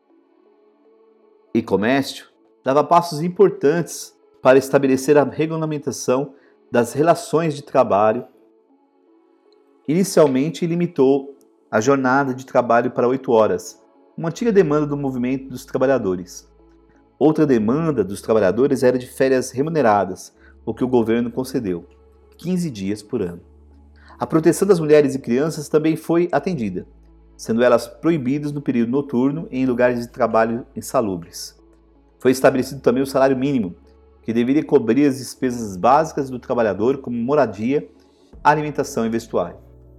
e Comércio dava passos importantes para estabelecer a regulamentação das relações de trabalho. Inicialmente, limitou a jornada de trabalho para oito horas, uma antiga demanda do movimento dos trabalhadores. Outra demanda dos trabalhadores era de férias remuneradas, o que o governo concedeu, quinze dias por ano. A proteção das mulheres e crianças também foi atendida, sendo elas proibidas no período noturno e em lugares de trabalho insalubres. Foi estabelecido também o salário mínimo, que deveria cobrir as despesas básicas do trabalhador, como moradia, alimentação e vestuário.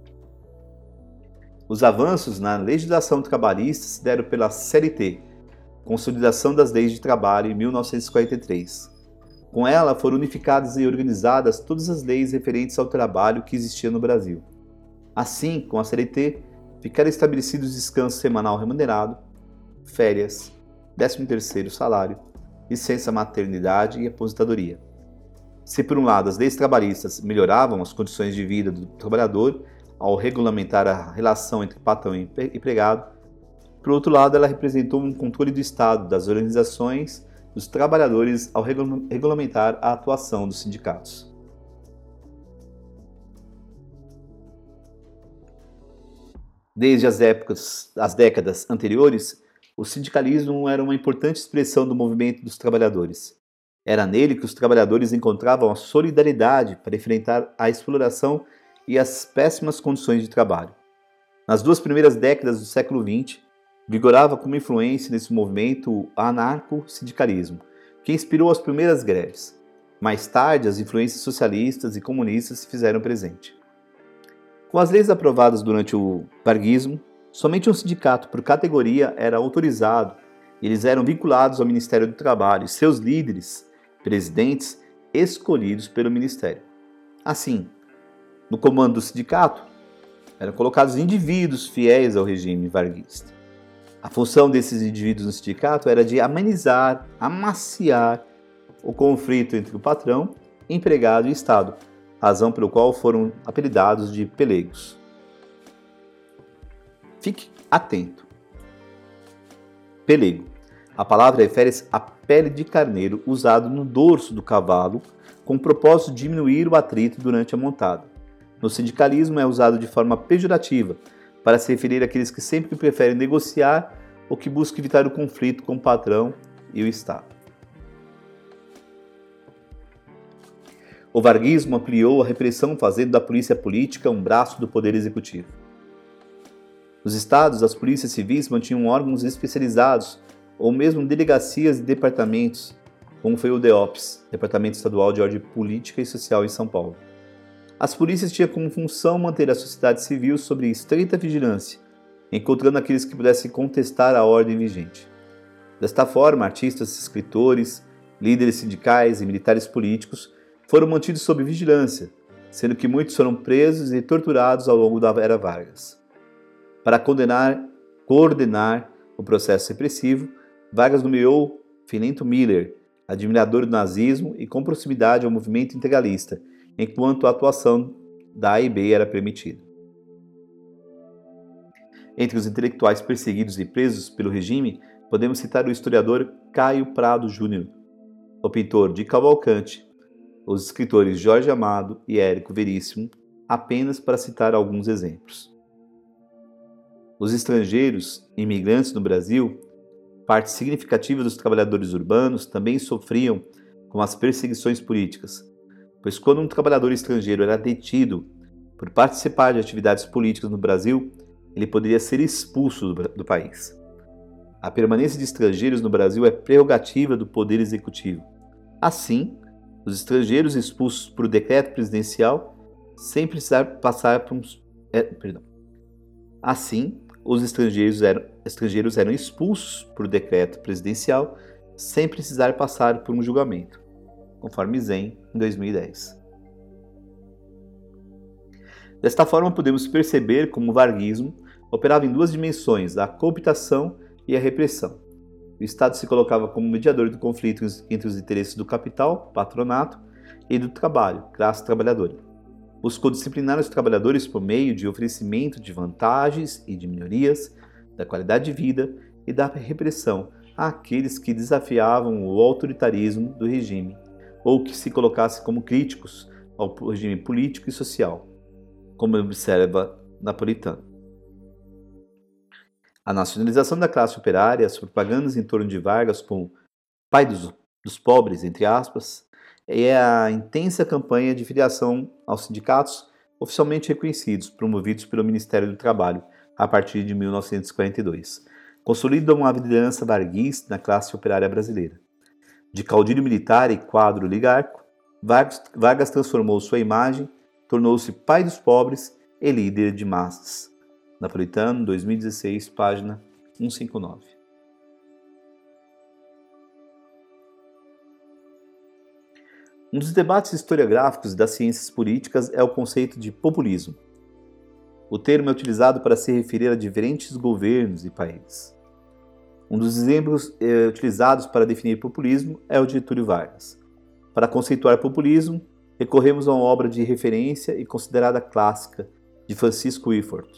Os avanços na legislação trabalhista se deram pela C L T, Consolidação das Leis de Trabalho, em mil novecentos e quarenta e três. Com ela foram unificadas e organizadas todas as leis referentes ao trabalho que existiam no Brasil. Assim, com a C L T, ficaram estabelecidos descanso semanal remunerado, férias, décimo terceiro salário, licença maternidade e aposentadoria. Se por um lado as leis trabalhistas melhoravam as condições de vida do trabalhador ao regulamentar a relação entre patrão e empregado, por outro lado ela representou um controle do Estado das organizações dos trabalhadores ao regulamentar a atuação dos sindicatos. Desde as épocas, as décadas anteriores, o sindicalismo era uma importante expressão do movimento dos trabalhadores. Era nele que os trabalhadores encontravam a solidariedade para enfrentar a exploração e as péssimas condições de trabalho. Nas duas primeiras décadas do século vinte, vigorava como influência nesse movimento o anarco-sindicalismo, que inspirou as primeiras greves. Mais tarde, as influências socialistas e comunistas se fizeram presente. Com as leis aprovadas durante o varguismo, somente um sindicato por categoria era autorizado e eles eram vinculados ao Ministério do Trabalho e seus líderes, presidentes, escolhidos pelo Ministério. Assim, no comando do sindicato, eram colocados indivíduos fiéis ao regime varguista. A função desses indivíduos no sindicato era de amenizar, amaciar o conflito entre o patrão, empregado e Estado, razão pelo qual foram apelidados de pelegos. Fique atento. Pelego. A palavra refere-se à pele de carneiro usado no dorso do cavalo com o propósito de diminuir o atrito durante a montada. No sindicalismo é usado de forma pejorativa para se referir àqueles que sempre preferem negociar ou que buscam evitar o conflito com o patrão e o Estado. O varguismo ampliou a repressão, fazendo da polícia política um braço do poder executivo. Nos estados, as polícias civis mantinham órgãos especializados ou mesmo delegacias e departamentos, como foi o DEOPS, Departamento Estadual de Ordem Política e Social em São Paulo. As polícias tinham como função manter a sociedade civil sob estreita vigilância, encontrando aqueles que pudessem contestar a ordem vigente. Desta forma, artistas, escritores, líderes sindicais e militares políticos foram mantidos sob vigilância, sendo que muitos foram presos e torturados ao longo da era Vargas. Para condenar, coordenar o processo repressivo, Vargas nomeou Filemon Miller, admirador do nazismo e com proximidade ao movimento integralista, enquanto a atuação da A I B era permitida. Entre os intelectuais perseguidos e presos pelo regime, podemos citar o historiador Caio Prado Júnior, o pintor Di Cavalcanti, os escritores Jorge Amado e Érico Veríssimo, apenas para citar alguns exemplos. Os estrangeiros, imigrantes no Brasil, parte significativa dos trabalhadores urbanos, também sofriam com as perseguições políticas, pois quando um trabalhador estrangeiro era detido por participar de atividades políticas no Brasil, ele poderia ser expulso do, do país. A permanência de estrangeiros no Brasil é prerrogativa do Poder Executivo. Assim, os estrangeiros expulsos por decreto presidencial, sem precisar passar por um... É, perdão. Assim, os estrangeiros eram, estrangeiros eram expulsos por decreto presidencial, sem precisar passar por um julgamento, conforme Zen, em dois mil e dez. Desta forma, podemos perceber como o varguismo operava em duas dimensões, a cooptação e a repressão. O Estado se colocava como mediador do conflito entre os interesses do capital, patronato, e do trabalho, classe trabalhadora. Buscou disciplinar os trabalhadores por meio de oferecimento de vantagens e de melhorias, da qualidade de vida e da repressão àqueles que desafiavam o autoritarismo do regime ou que se colocassem como críticos ao regime político e social, como observa Napolitano. A nacionalização da classe operária, as propagandas em torno de Vargas como pai dos, dos pobres, entre aspas, é a intensa campanha de filiação aos sindicatos oficialmente reconhecidos, promovidos pelo Ministério do Trabalho a partir de mil novecentos e quarenta e dois. Consolidam uma liderança varguista na classe operária brasileira. De caudilho militar e quadro oligárquico, Vargas, Vargas transformou sua imagem, tornou-se pai dos pobres e líder de massas. Napolitano, dois mil e dezesseis, página cento e cinquenta e nove. Um dos debates historiográficos das ciências políticas é o conceito de populismo. O termo é utilizado para se referir a diferentes governos e países. Um dos exemplos eh, utilizados para definir populismo é o de Getúlio Vargas. Para conceituar populismo, recorremos a uma obra de referência e considerada clássica, de Francisco Wilford.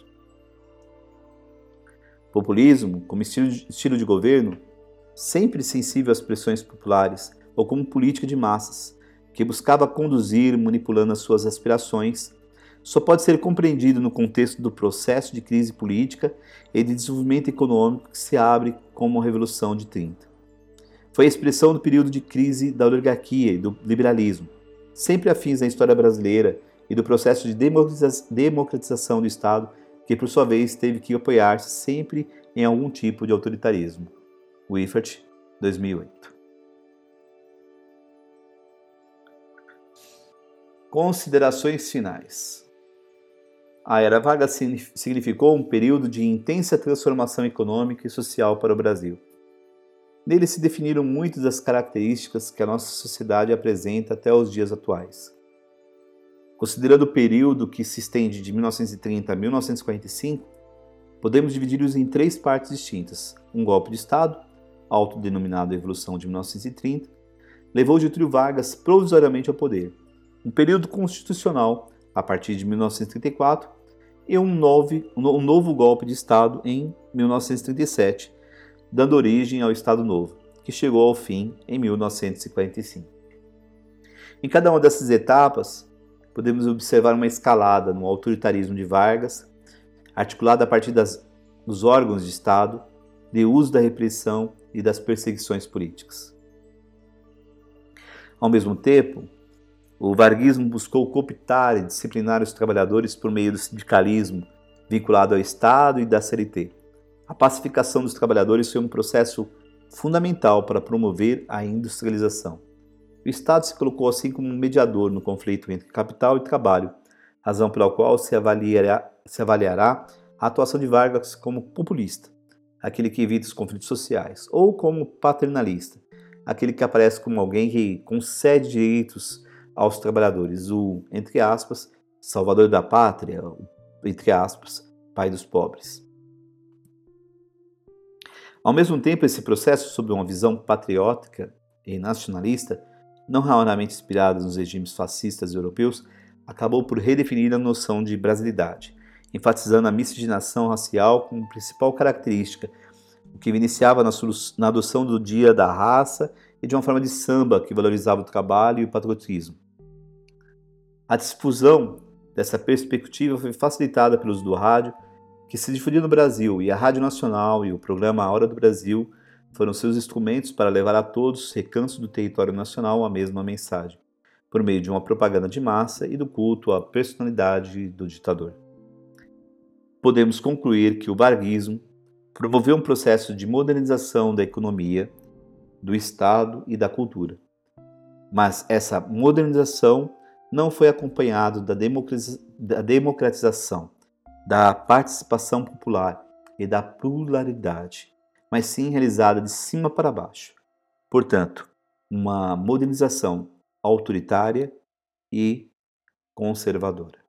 Populismo, como estilo de, estilo de governo, sempre sensível às pressões populares, ou como política de massas, que buscava conduzir, manipulando as suas aspirações, só pode ser compreendido no contexto do processo de crise política e de desenvolvimento econômico que se abre como a Revolução de trinta. Foi a expressão do período de crise da oligarquia e do liberalismo, sempre afins à história brasileira e do processo de democratização do Estado, que por sua vez teve que apoiar-se sempre em algum tipo de autoritarismo. Wilford, dois mil e oito. Considerações finais. A Era Vargas significou um período de intensa transformação econômica e social para o Brasil. Nele se definiram muitas das características que a nossa sociedade apresenta até os dias atuais. Considerando o período que se estende de mil novecentos e trinta a mil novecentos e quarenta e cinco, podemos dividi-los em três partes distintas. Um golpe de Estado, autodenominado Revolução de mil novecentos e trinta, levou Getúlio Vargas provisoriamente ao poder. Um período constitucional, a partir de mil novecentos e trinta e quatro, e um novo, um novo golpe de Estado em mil novecentos e trinta e sete, dando origem ao Estado Novo, que chegou ao fim em mil novecentos e quarenta e cinco. Em cada uma dessas etapas, podemos observar uma escalada no autoritarismo de Vargas, articulada a partir das, dos órgãos de Estado, de uso da repressão e das perseguições políticas. Ao mesmo tempo, o varguismo buscou cooptar e disciplinar os trabalhadores por meio do sindicalismo vinculado ao Estado e da C L T. A pacificação dos trabalhadores foi um processo fundamental para promover a industrialização. O Estado se colocou assim como um mediador no conflito entre capital e trabalho, razão pela qual se avaliará, se avaliará a atuação de Vargas como populista, aquele que evita os conflitos sociais, ou como paternalista, aquele que aparece como alguém que concede direitos aos trabalhadores, o, entre aspas, salvador da pátria, entre aspas, pai dos pobres. Ao mesmo tempo, esse processo, sob uma visão patriótica e nacionalista, não raramente inspirada nos regimes fascistas europeus, acabou por redefinir a noção de brasilidade, enfatizando a miscigenação racial como principal característica, o que iniciava na, na adoção do Dia da Raça e de uma forma de samba que valorizava o trabalho e o patriotismo. A difusão dessa perspectiva foi facilitada pelo uso do rádio, que se difundiu no Brasil, e a Rádio Nacional e o programa A Hora do Brasil foram seus instrumentos para levar a todos os recantos do território nacional a mesma mensagem, por meio de uma propaganda de massa e do culto à personalidade do ditador. Podemos concluir que o varguismo promoveu um processo de modernização da economia, do Estado e da cultura. Mas essa modernização não foi acompanhado da democratização, da participação popular e da pluralidade, mas sim realizada de cima para baixo. Portanto, uma modernização autoritária e conservadora.